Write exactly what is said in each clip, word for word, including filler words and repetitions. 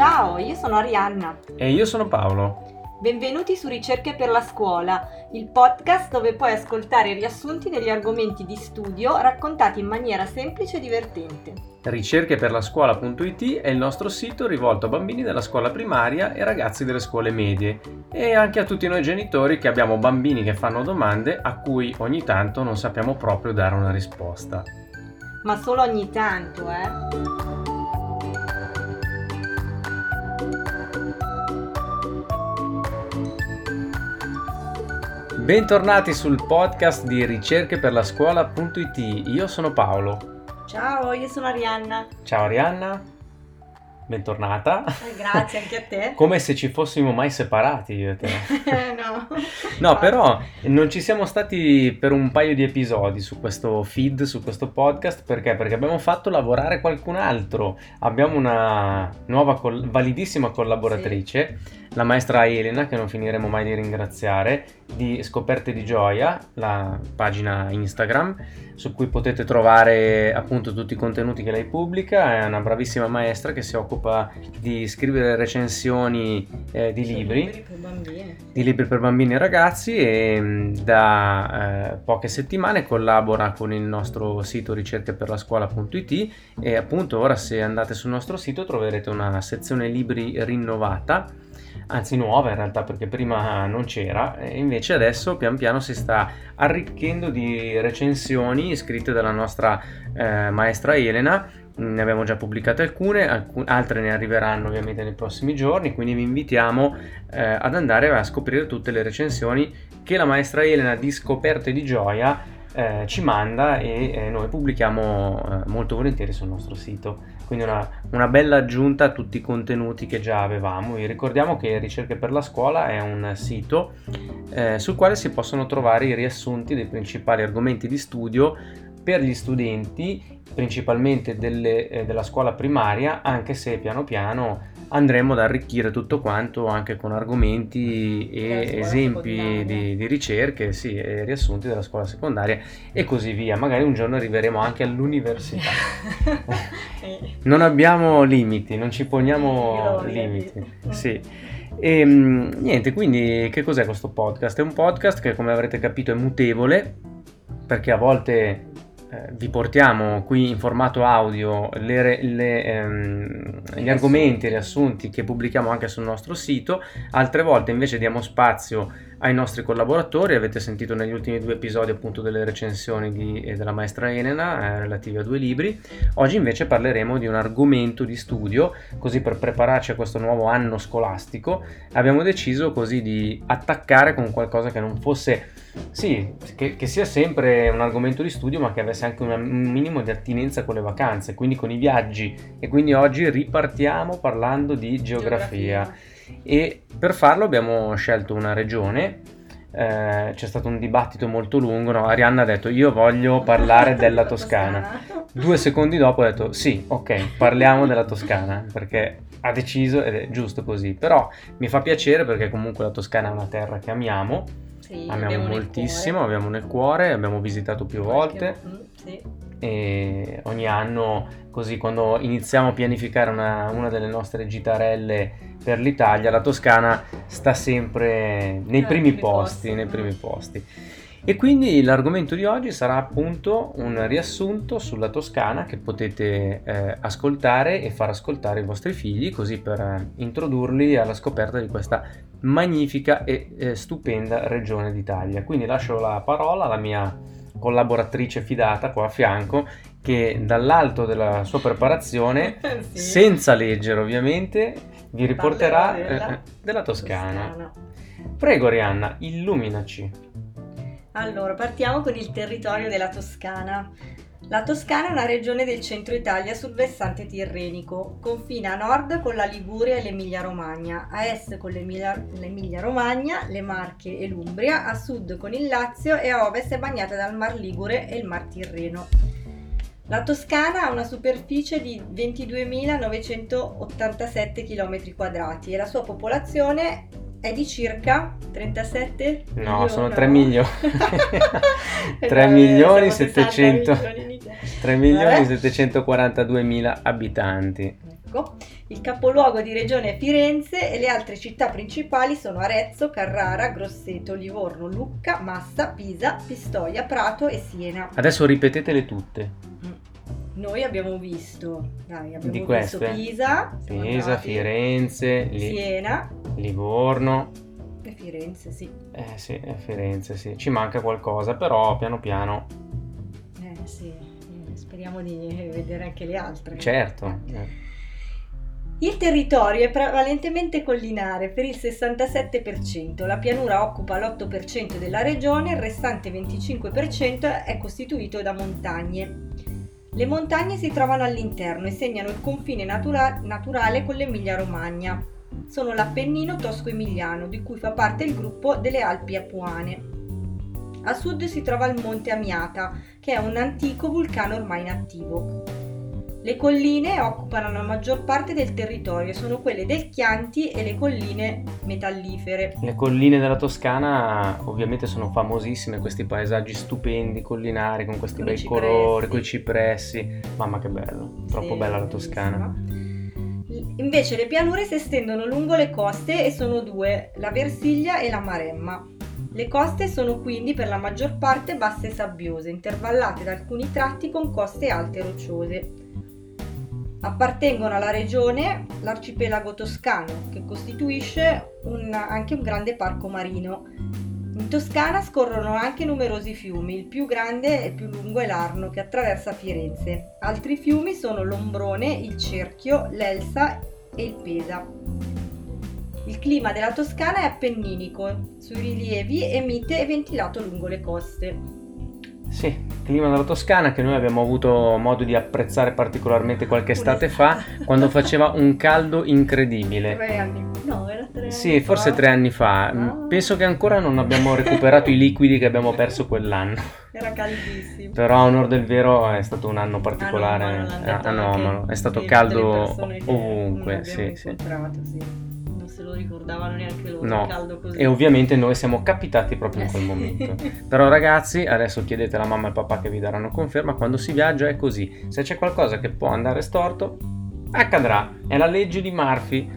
Ciao, io sono Arianna. E io sono Paolo. Benvenuti su Ricerche per la scuola, il podcast dove puoi ascoltare riassunti degli argomenti di studio raccontati in maniera semplice e divertente. ricerche per la scuola punto it è il nostro sito rivolto a bambini della scuola primaria e ragazzi delle scuole medie e anche a tutti noi genitori che abbiamo bambini che fanno domande a cui ogni tanto non sappiamo proprio dare una risposta. Ma solo ogni tanto, eh? Bentornati sul podcast di ricerche per la scuola punto it. Io sono Paolo. Ciao, io sono Arianna. Ciao Arianna. Bentornata. Eh, grazie anche a te. Come se ci fossimo mai separati io e te. No. No, però non ci siamo stati per un paio di episodi su questo feed, su questo podcast, perché? Perché abbiamo fatto lavorare qualcun altro. Abbiamo una nuova col- validissima collaboratrice, sì. La maestra Elena, che non finiremo mai di ringraziare, di Scoperte di Gioia, la pagina Instagram, su cui potete trovare appunto tutti i contenuti che lei pubblica. È una bravissima maestra che si occupa di scrivere recensioni eh, di libri, libri per bambini. di libri per bambini e ragazzi, e mh, da eh, poche settimane collabora con il nostro sito ricerche per la scuola punto it e appunto ora, se andate sul nostro sito, troverete una sezione libri rinnovata, anzi nuova in realtà, perché prima non c'era, e invece adesso pian piano si sta arricchendo di recensioni scritte dalla nostra eh, maestra Elena. Ne abbiamo già pubblicate alcune, alcun- altre ne arriveranno ovviamente nei prossimi giorni, quindi vi invitiamo eh, ad andare a scoprire tutte le recensioni che la maestra Elena di Scoperte di Gioia eh, ci manda e eh, noi pubblichiamo eh, molto volentieri sul nostro sito. Quindi una, una bella aggiunta a tutti i contenuti che già avevamo. Vi ricordiamo che Ricerche per la Scuola è un sito eh, sul quale si possono trovare i riassunti dei principali argomenti di studio per gli studenti, principalmente delle, eh, della scuola primaria, anche se piano piano andremo ad arricchire tutto quanto anche con argomenti e esempi di, di ricerche, sì, e riassunti della scuola secondaria e così via. Magari un giorno arriveremo anche all'università. Non abbiamo limiti, non ci poniamo limiti. Sì. E niente, quindi che cos'è questo podcast? È un podcast che, come avrete capito, è mutevole, perché a volte Eh, vi portiamo qui in formato audio le, le, ehm, gli argomenti, i riassunti che pubblichiamo anche sul nostro sito, altre volte invece diamo spazio ai nostri collaboratori. Avete sentito negli ultimi due episodi appunto delle recensioni di, eh, della maestra Elena eh, relative a due libri. Oggi invece parleremo di un argomento di studio, così per prepararci a questo nuovo anno scolastico abbiamo deciso così di attaccare con qualcosa che non fosse, sì, che, che sia sempre un argomento di studio, ma che avesse anche una, un minimo di attinenza con le vacanze, quindi con i viaggi. E quindi oggi ripartiamo parlando di geografia. geografia. E per farlo abbiamo scelto una regione. Eh, c'è stato un dibattito molto lungo, no? Arianna ha detto: io voglio parlare della Toscana. Due secondi dopo ha detto: sì, ok, parliamo della Toscana, perché ha deciso ed è giusto così. Però mi fa piacere, perché comunque la Toscana è una terra che amiamo. Sì, amiamo moltissimo, abbiamo nel cuore, abbiamo visitato più volte. Mm, sì. E ogni anno, così, quando iniziamo a pianificare una, una delle nostre gitarelle per l'Italia, la Toscana sta sempre nei ah, primi posti, posti, nei primi posti. E quindi l'argomento di oggi sarà appunto un riassunto sulla Toscana che potete eh, ascoltare e far ascoltare ai vostri figli, così per eh, introdurli alla scoperta di questa magnifica e eh, stupenda regione d'Italia. Quindi lascio la parola alla mia collaboratrice fidata qua a fianco, che dall'alto della sua preparazione, sì, senza leggere ovviamente, vi riporterà della, eh, della Toscana. Toscana. Prego Arianna, illuminaci. Allora, partiamo con il territorio della Toscana. La Toscana è una regione del centro Italia sul versante tirrenico. Confina a nord con la Liguria e l'Emilia-Romagna, a est con l'Emilia- l'Emilia-Romagna, le Marche e l'Umbria, a sud con il Lazio e a ovest è bagnata dal Mar Ligure e il Mar Tirreno. La Toscana ha una superficie di ventiduemilanovecentottantasette chilometri quadrati e la sua popolazione è di circa trentasette no, milioni. Sono tre milioni. tre milioni settecento tre milioni settecentoquarantaduemila abitanti. ecco, il capoluogo di regione è Firenze e le altre città principali sono Arezzo, Carrara, Grosseto, Livorno, Lucca, Massa, Pisa, Pistoia, Prato e Siena. Adesso ripetetele tutte. Noi abbiamo visto, dai, abbiamo Di visto queste? Pisa, siamo Pisa, andati, Firenze, Li- Siena Livorno. e Firenze, sì. Eh sì, eh, Firenze, sì. Ci manca qualcosa, però piano piano. Eh sì, eh, speriamo di vedere anche le altre. Certo. eh. Il territorio è prevalentemente collinare per il sessantasette per cento, la pianura occupa l'otto per cento della regione, il restante venticinque per cento è costituito da montagne. Le montagne si trovano all'interno e segnano il confine natura- naturale con l'Emilia-Romagna. Sono l'Appennino tosco-emiliano, di cui fa parte il gruppo delle Alpi Apuane. A sud si trova il Monte Amiata, che è un antico vulcano ormai inattivo. Le colline occupano la maggior parte del territorio, sono quelle del Chianti e le colline metallifere. Le colline della Toscana ovviamente sono famosissime, questi paesaggi stupendi, collinari, con questi Con i bei cipressi. colori, con i cipressi. Mamma che bello, troppo Sì, bella la bellissima. Toscana. Invece le pianure si estendono lungo le coste e sono due, la Versiglia e la Maremma. Le coste sono quindi per la maggior parte basse e sabbiose, intervallate da alcuni tratti con coste alte e rocciose. Appartengono alla regione l'arcipelago toscano, che costituisce un, anche un grande parco marino. In Toscana scorrono anche numerosi fiumi, il più grande e più lungo è l'Arno, che attraversa Firenze. Altri fiumi sono l'Ombrone, il Cerchio, l'Elsa e il Pesa. Il clima della Toscana è appenninico, sui rilievi è mite e ventilato lungo le coste. Sì, il clima della Toscana che noi abbiamo avuto modo di apprezzare particolarmente qualche estate fa, quando faceva un caldo incredibile. Tre anni No, era tre anni Sì, forse fa. tre anni fa. Ah. Penso che ancora non abbiamo recuperato i liquidi che abbiamo perso quell'anno. Era caldissimo. Però a onor del vero è stato un anno particolare, Anomalo, l'hanno detto eh, anomalo. anche È stato tutte caldo le persone che ovunque, noi sì, abbiamo sì. incontrato, sì. Non se lo ricordavano neanche loro, No, caldo così. e ovviamente noi siamo capitati proprio in Eh, quel sì. momento. Però ragazzi, adesso chiedete alla mamma e al papà che vi daranno conferma, quando si viaggia è così. Se c'è qualcosa che può andare storto, accadrà. È la legge di Murphy.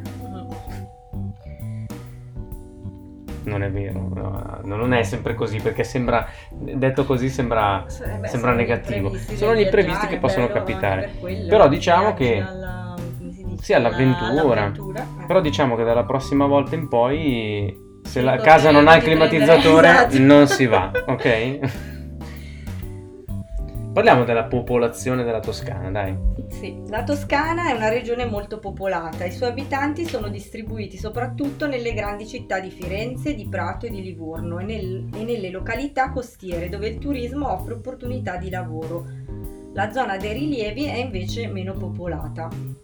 Non è vero, no, non è sempre così, perché sembra, detto così sembra, Cioè, beh, sembra sono gli negativo. imprevisti Sono del gli imprevisti viaggiare, che possono bello anche capitare. per quello, Però diciamo viaggi che alla- come si dice, sì, all'avventura. all'avventura, eh. Però diciamo che dalla prossima volta in poi, se Sì, la corri casa non ha il di prendere- climatizzatore, esatto. non si va, ok? Parliamo della popolazione della Toscana, dai. Sì, la Toscana è una regione molto popolata, i suoi abitanti sono distribuiti soprattutto nelle grandi città di Firenze, di Prato e di Livorno e, nel- e nelle località costiere dove il turismo offre opportunità di lavoro. La zona dei rilievi è invece meno popolata.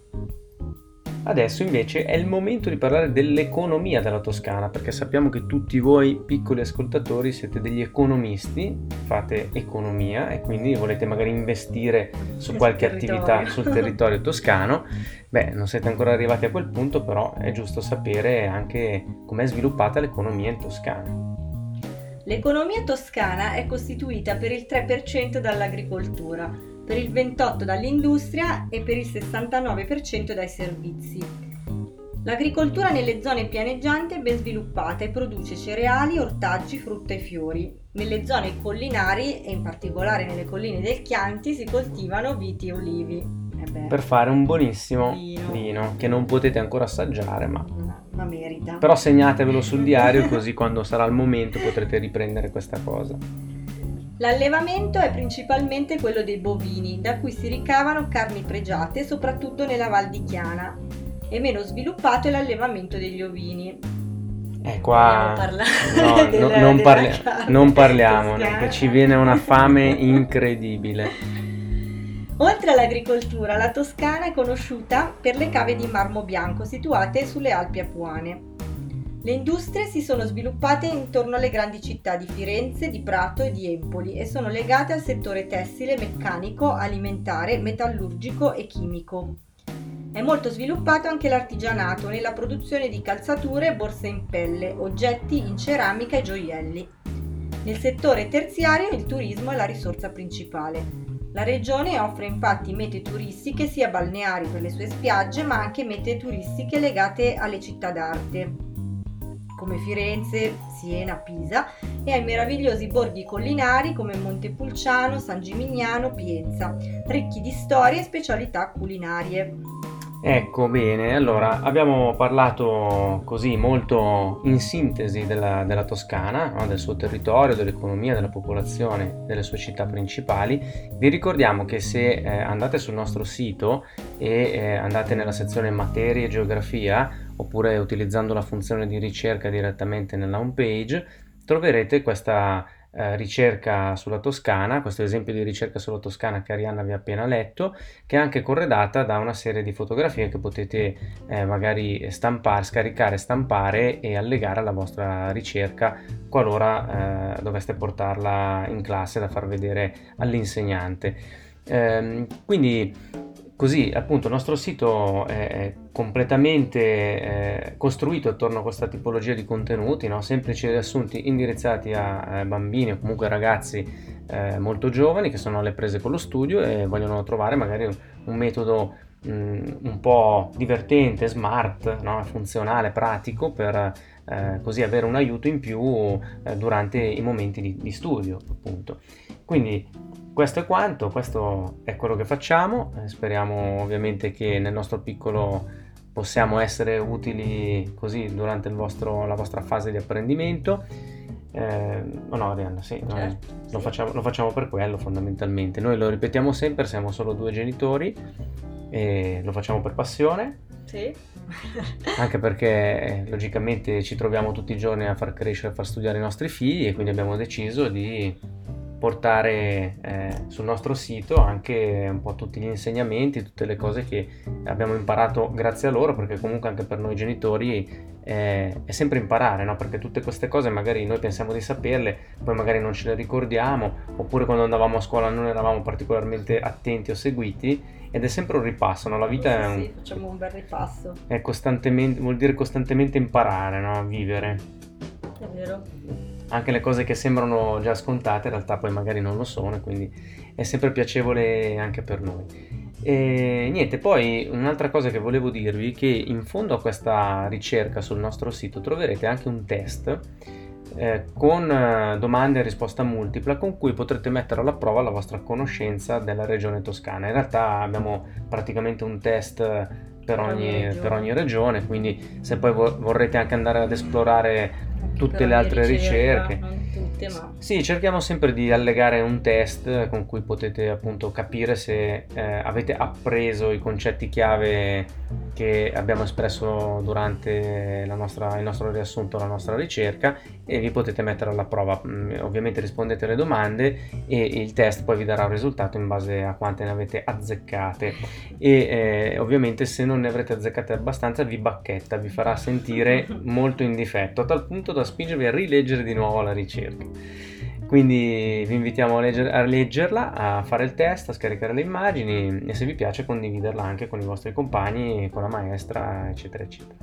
Adesso invece è il momento di parlare dell'economia della Toscana, perché sappiamo che tutti voi piccoli ascoltatori siete degli economisti, fate economia e quindi volete magari investire su Sul qualche territorio. attività sul territorio toscano. Beh, non siete ancora arrivati a quel punto, però è giusto sapere anche com'è sviluppata l'economia in Toscana. L'economia toscana è costituita per il tre per cento dall'agricoltura, per il ventotto per cento dall'industria e per il sessantanove per cento dai servizi. L'agricoltura nelle zone pianeggianti è ben sviluppata e produce cereali, ortaggi, frutta e fiori. Nelle zone collinari e in particolare nelle colline del Chianti si coltivano viti e olivi. Eh beh, Per fare un buonissimo Vino. vino che non potete ancora assaggiare, ma ma merita. però segnatevelo sul diario così quando sarà il momento potrete riprendere questa cosa. L'allevamento è principalmente quello dei bovini, da cui si ricavano carni pregiate, soprattutto nella Val di Chiana, e meno sviluppato è l'allevamento degli ovini. Eh, qua Vogliamo parlare no, della- no, non, della parli- carne non parliamone, toscana? che ci viene una fame incredibile. Oltre all'agricoltura, la Toscana è conosciuta per le cave di marmo bianco situate sulle Alpi Apuane. Le industrie si sono sviluppate intorno alle grandi città di Firenze, di Prato e di Empoli e sono legate al settore tessile, meccanico, alimentare, metallurgico e chimico. È molto sviluppato anche l'artigianato nella produzione di calzature, borse in pelle, oggetti in ceramica e gioielli. Nel settore terziario il turismo è la risorsa principale. La regione offre infatti mete turistiche sia balneari per le sue spiagge, ma anche mete turistiche legate alle città d'arte, come Firenze, Siena, Pisa, e ai meravigliosi borghi collinari come Montepulciano, San Gimignano, Pienza, ricchi di storie e specialità culinarie. Ecco, bene, allora abbiamo parlato così molto in sintesi della, della Toscana, no? Del suo territorio, dell'economia, della popolazione, delle sue città principali. Vi ricordiamo che se eh, andate sul nostro sito e eh, andate nella sezione materie e geografia, oppure utilizzando la funzione di ricerca direttamente nella home page, troverete questa eh, ricerca sulla Toscana, questo esempio di ricerca sulla Toscana che Arianna vi ha appena letto, che è anche corredata da una serie di fotografie che potete eh, magari stampare, scaricare, stampare e allegare alla vostra ricerca qualora eh, doveste portarla in classe da far vedere all'insegnante. Ehm, quindi così appunto il nostro sito è completamente eh, costruito attorno a questa tipologia di contenuti, no? Semplici riassunti indirizzati a, a bambini o comunque ragazzi eh, molto giovani che sono alle prese con lo studio e vogliono trovare magari un, un metodo mh, un po' divertente, smart, no? Funzionale, pratico per eh, così avere un aiuto in più eh, durante i momenti di, di studio, appunto. Quindi questo è quanto, questo è quello che facciamo, eh, speriamo ovviamente che nel nostro piccolo possiamo essere utili così durante il vostro, la vostra fase di apprendimento. Eh, o no, Arianna, sì, Certo, noi sì. lo, facciamo, lo facciamo per quello fondamentalmente. Noi lo ripetiamo sempre, siamo solo due genitori e lo facciamo per passione. Sì. Anche perché eh, logicamente ci troviamo tutti i giorni a far crescere, a far studiare i nostri figli e quindi abbiamo deciso di portare eh, sul nostro sito anche un po' tutti gli insegnamenti, tutte le cose che abbiamo imparato grazie a loro, perché comunque anche per noi genitori eh, è sempre imparare, no? Perché tutte queste cose magari noi pensiamo di saperle, poi magari non ce le ricordiamo, oppure quando andavamo a scuola non eravamo particolarmente attenti o seguiti, ed è sempre un ripasso, no? La vita Sì, è un, sì, facciamo un bel ripasso. è costantemente, vuol dire costantemente imparare, no? Vivere. È vero. Anche le cose che sembrano già scontate in realtà poi magari non lo sono, quindi è sempre piacevole anche per noi. E niente, poi un'altra cosa che volevo dirvi è che in fondo a questa ricerca sul nostro sito troverete anche un test eh, con eh, domande e risposta multipla con cui potrete mettere alla prova la vostra conoscenza della regione toscana. In realtà abbiamo praticamente un test per ogni, per ogni regione, quindi se poi vo- vorrete anche andare ad esplorare tutte Per le ogni altre ricerca, ricerche, non tutte, ma sì, cerchiamo sempre di allegare un test con cui potete appunto capire se eh, avete appreso i concetti chiave che abbiamo espresso durante la nostra, il nostro riassunto, la nostra ricerca, e vi potete mettere alla prova. Mm, ovviamente rispondete alle domande e il test poi vi darà un risultato in base a quante ne avete azzeccate e eh, ovviamente se non ne avrete azzeccate abbastanza vi bacchetta, vi farà sentire molto in difetto, a tal punto da spingervi a rileggere di nuovo la ricerca. Quindi vi invitiamo a, legger- a leggerla, a fare il test, a scaricare le immagini e se vi piace condividerla anche con i vostri compagni, con la maestra, eccetera, eccetera.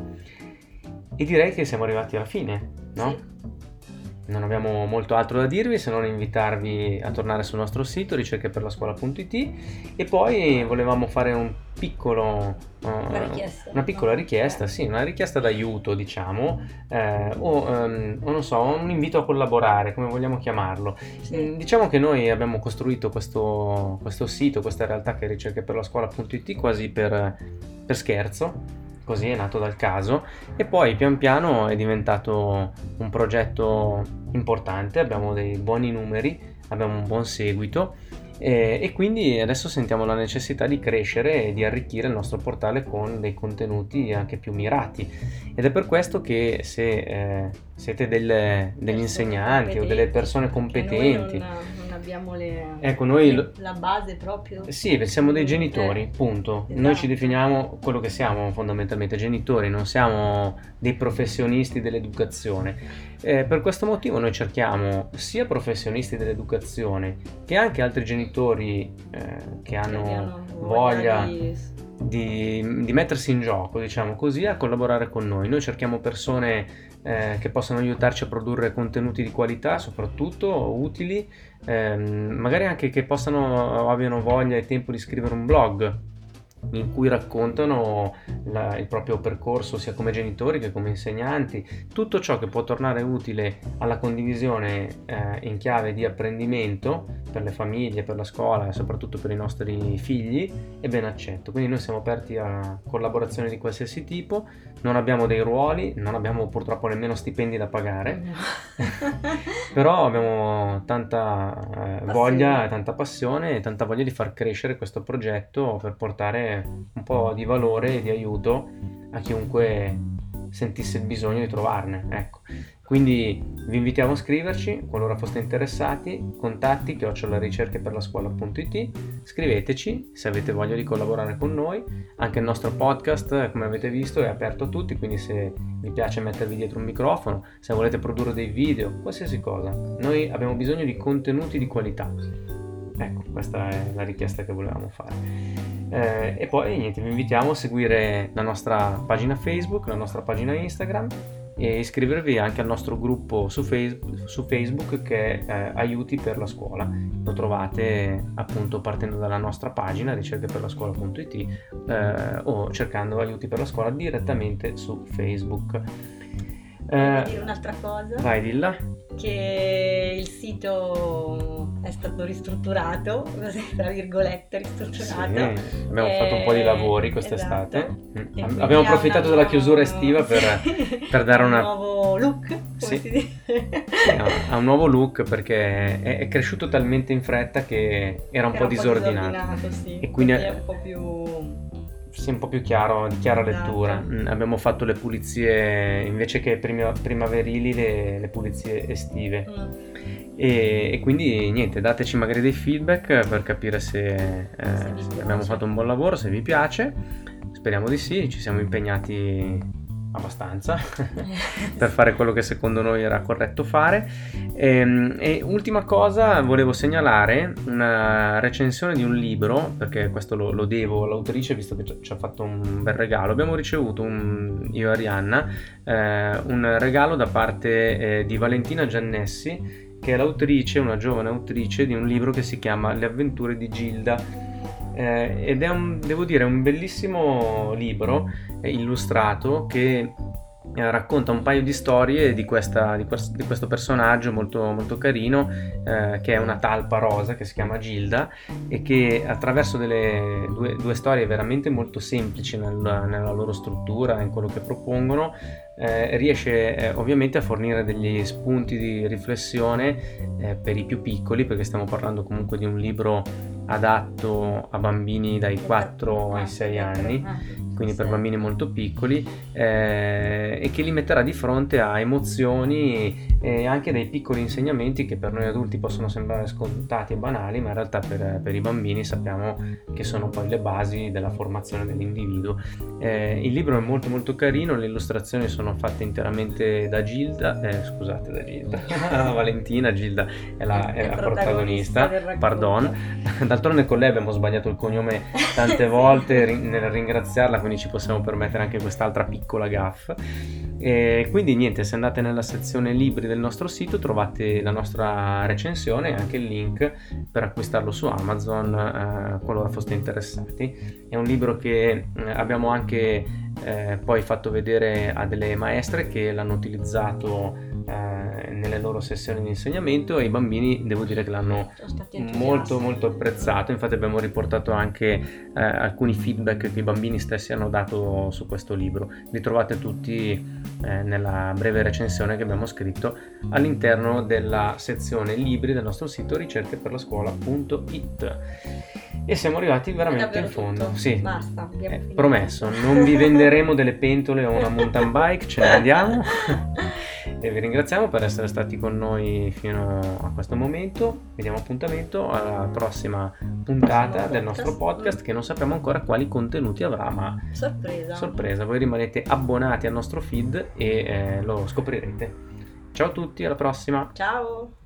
E direi che siamo arrivati alla fine, no? sì. Non abbiamo molto altro da dirvi se non invitarvi a tornare sul nostro sito ricercheperlascuola punto it e poi volevamo fare un piccolo, uh, Una richiesta, una piccola no? richiesta, sì, una richiesta d'aiuto diciamo, eh, o, um, o non so, un invito a collaborare, come vogliamo chiamarlo. Sì. Mm, diciamo che noi abbiamo costruito questo, questo sito, questa realtà che è ricercheperlascuola punto it quasi per, per scherzo. Così è nato dal caso e poi pian piano è diventato un progetto importante, abbiamo dei buoni numeri, abbiamo un buon seguito e, e quindi adesso sentiamo la necessità di crescere e di arricchire il nostro portale con dei contenuti anche più mirati ed è per questo che se eh, siete delle, degli insegnanti o delle persone competenti, non, non abbiamo le, ecco, noi le, la base proprio. Sì, siamo dei Eh, genitori, punto. esatto. Noi ci definiamo quello che siamo fondamentalmente, genitori, non siamo dei professionisti dell'educazione. Eh, per questo motivo noi cerchiamo sia professionisti dell'educazione che anche altri genitori eh, che hanno voglia di... di, di mettersi in gioco, diciamo così, a collaborare con noi. Noi cerchiamo persone eh, che possano aiutarci a produrre contenuti di qualità, soprattutto utili, ehm, magari anche che possano abbiano voglia e tempo di scrivere un blog in cui raccontano la, il proprio percorso sia come genitori che come insegnanti, tutto ciò che può tornare utile alla condivisione eh, in chiave di apprendimento per le famiglie, per la scuola e soprattutto per i nostri figli è ben accetto. Quindi noi siamo aperti a collaborazioni di qualsiasi tipo, non abbiamo dei ruoli, non abbiamo purtroppo nemmeno stipendi da pagare, però abbiamo tanta eh, voglia, tanta passione e tanta voglia di far crescere questo progetto per portare un po' di valore e di aiuto a chiunque sentisse il bisogno di trovarne, ecco. Quindi vi invitiamo a scriverci qualora foste interessati, contatti chiocciola ricerche per la scuola punto it, scriveteci se avete voglia di collaborare con noi. Anche il nostro podcast, come avete visto, è aperto a tutti, quindi se vi piace mettervi dietro un microfono, se volete produrre dei video, qualsiasi cosa, noi abbiamo bisogno di contenuti di qualità. Ecco, questa è la richiesta che volevamo fare. Eh, e poi niente, vi invitiamo a seguire la nostra pagina Facebook, la nostra pagina Instagram e iscrivervi anche al nostro gruppo su, face- su Facebook che è eh, Aiuti per la Scuola. Lo trovate appunto partendo dalla nostra pagina ricerche per la scuola punto it eh, o cercando Aiuti per la Scuola direttamente su Facebook. Devo dire un'altra cosa. Vai, dilla. Che il sito è stato ristrutturato, tra virgolette ristrutturato. Sì, abbiamo e... fatto un po' di lavori quest'estate. Esatto. Abbiamo approfittato della chiusura estiva per, per dare una... un nuovo look, come sì. si dice. Sì, ha un nuovo look perché è, è cresciuto talmente in fretta che era un era po' un disordinato. Po' disordinato sì. E quindi è un po' più... sì, un po' più chiaro, di chiara esatto. lettura. Mm, abbiamo fatto le pulizie invece che prima, primaverili, le, le pulizie estive. Mm. E, e quindi niente, dateci magari dei feedback per capire se, eh, se abbiamo fatto un buon lavoro, se vi piace. Speriamo di sì, ci siamo impegnati abbastanza per fare quello che secondo noi era corretto fare. E, e ultima cosa, volevo segnalare una recensione di un libro, perché questo lo, lo devo all'autrice visto che ci ha fatto un bel regalo. Abbiamo ricevuto un, io e Arianna eh, un regalo da parte eh, di Valentina Giannessi, che è l'autrice, una giovane autrice di un libro che si chiama Le avventure di Gilda. Eh, ed è un, devo dire, un bellissimo libro eh, illustrato che eh, racconta un paio di storie di, questa, di, quest, di questo personaggio molto, molto carino eh, che è una talpa rosa che si chiama Gilda e che attraverso delle due, due storie veramente molto semplici nel, nella loro struttura, in quello che propongono, eh, riesce eh, ovviamente a fornire degli spunti di riflessione eh, per i più piccoli, perché stiamo parlando comunque di un libro adatto a bambini dai quattro ai sei anni, quindi per bambini molto piccoli, eh, e che li metterà di fronte a emozioni e anche dei piccoli insegnamenti che per noi adulti possono sembrare scontati e banali, ma in realtà per, per i bambini sappiamo che sono poi le basi della formazione dell'individuo. Eh, il libro è molto molto carino, le illustrazioni sono fatte interamente da Gilda, eh, scusate da Gilda, Valentina, Gilda è la, è la protagonista, protagonista pardon. D'altronde con lei abbiamo sbagliato il cognome tante volte nel ringraziarla, quindi ci possiamo permettere anche quest'altra piccola gaffe. E quindi niente, se andate nella sezione libri del nostro sito trovate la nostra recensione e anche il link per acquistarlo su Amazon eh, qualora foste interessati. È un libro che eh, abbiamo anche eh, poi fatto vedere a delle maestre che l'hanno utilizzato eh, nelle loro sessioni di insegnamento e i bambini devo dire che l'hanno molto molto apprezzato. Infatti abbiamo riportato anche eh, alcuni feedback che i bambini stessi hanno dato su questo libro. Li trovate tutti eh, nella breve recensione che abbiamo scritto all'interno della sezione libri del nostro sito ricerche per la scuola punto it. E siamo arrivati veramente in fondo. Tutto. Sì, basta, eh, promesso, non vi venderemo delle pentole o una mountain bike, ce ne andiamo. E vi ringraziamo per essere stati con noi fino a questo momento. Vi diamo appuntamento alla prossima puntata del nostro podcast, che non sappiamo ancora quali contenuti avrà, ma sorpresa. Sorpresa, voi rimanete abbonati al nostro feed e eh, lo scoprirete. Ciao a tutti, alla prossima. Ciao.